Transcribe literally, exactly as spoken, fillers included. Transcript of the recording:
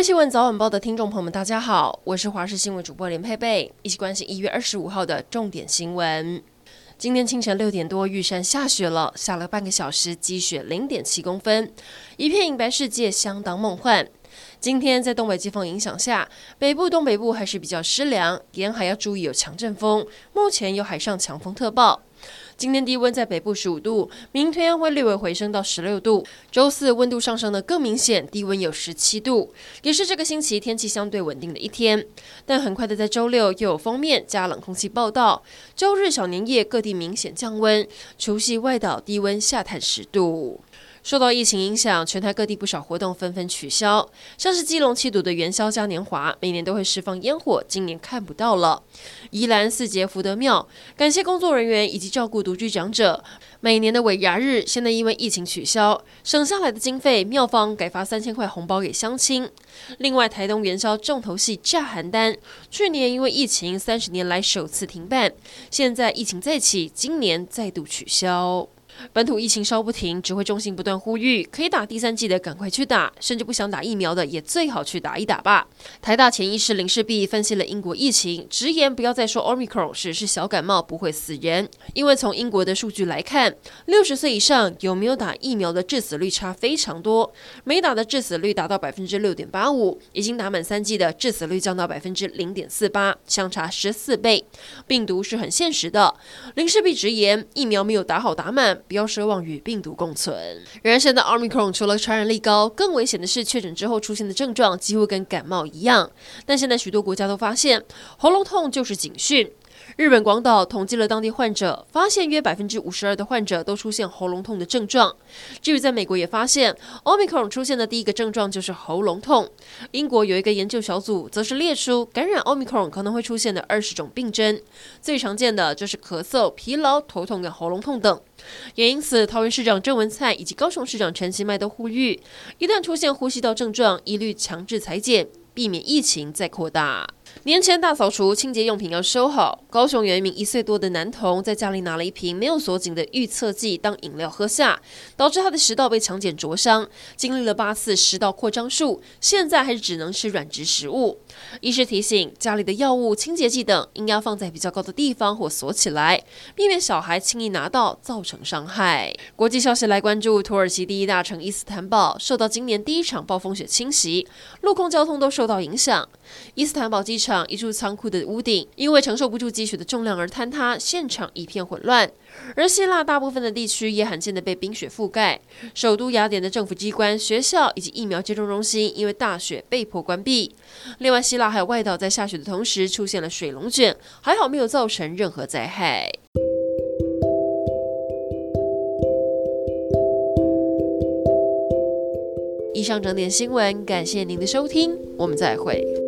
位新闻早晚报的听众朋友们，大家好，我是华视新闻主播连佩佩，一起关心一月二十五号的重点新闻。今天清晨六点多，玉山下雪了，下了半个小时，积雪零点七公分，一片银白世界，相当梦幻。今天在东北季风影响下，北部、东北部还是比较湿凉，沿海要注意有强阵风，目前有海上强风特报。今天低温在北部十五度，明天会略微回升到十六度。周四温度上升的更明显，低温有十七度，也是这个星期天气相对稳定的一天。但很快的在周六又有锋面加冷空气报道，周日小年夜各地明显降温，除夕外岛低温下探十度。受到疫情影响，全台各地不少活动纷纷取消，像是基隆七堵的元宵嘉年华，每年都会释放烟火，今年看不到了。宜兰四节福德庙，感谢工作人员以及照顾独居长者。每年的尾牙日，现在因为疫情取消，省下来的经费，庙方改发三千块红包给乡亲。另外，台东元宵重头戏炸邯郸，去年因为疫情三十年来首次停办，现在疫情再起，今年再度取消。本土疫情稍不停，指挥中心不断呼吁，可以打第三剂的赶快去打，甚至不想打疫苗的也最好去打一打吧。台大前医师林世璧分析了英国疫情，直言不要再说 Omicron 只是小感冒不会死人，因为从英国的数据来看，六十岁以上有没有打疫苗的致死率差非常多，没打的致死率达到 百分之六点八五， 已经打满三剂的致死率降到 百分之零点四八， 相差十四倍。病毒是很现实的，林世璧直言，疫苗没有打好打满，不要奢望与病毒共存。然而现在 Omicron 除了传染力高，更危险的是确诊之后出现的症状几乎跟感冒一样。但现在许多国家都发现喉咙痛就是警讯。日本广岛统计了当地患者，发现约 百分之五十二 的患者都出现喉咙痛的症状。至于在美国也发现 Omicron 出现的第一个症状就是喉咙痛。英国有一个研究小组则是列出感染 Omicron 可能会出现的二十种病症，最常见的就是咳嗽、疲劳、头痛跟喉咙痛等。也因此，桃园市长郑文灿以及高雄市长陈其迈都呼吁，一旦出现呼吸道症状，一律强制采检，避免疫情再扩大。年前大扫除，清洁用品要收好。高雄有一名一岁多的男童在家里拿了一瓶没有锁紧的预测剂当饮料喝下，导致他的食道被强碱灼伤，经历了八次食道扩张术，现在还是只能吃软质食物。医师提醒，家里的药物、清洁剂等应该放在比较高的地方或锁起来，避免小孩轻易拿到造成伤害。国际消息来关注，土耳其第一大城伊斯坦堡受到今年第一场暴风雪侵袭，陆空交通都受到影响。伊斯坦堡机场一处仓库的屋顶因为承受不住积雪的重量而坍塌，现场一片混乱。而希腊大部分的地区也罕见的被冰雪覆盖，首都雅典的政府机关、学校以及疫苗接种中心因为大雪被迫关闭。另外，希腊还有外岛在下雪的同时出现了水龙卷，还好没有造成任何灾害。以上整点新闻，感谢您的收听，我们再会。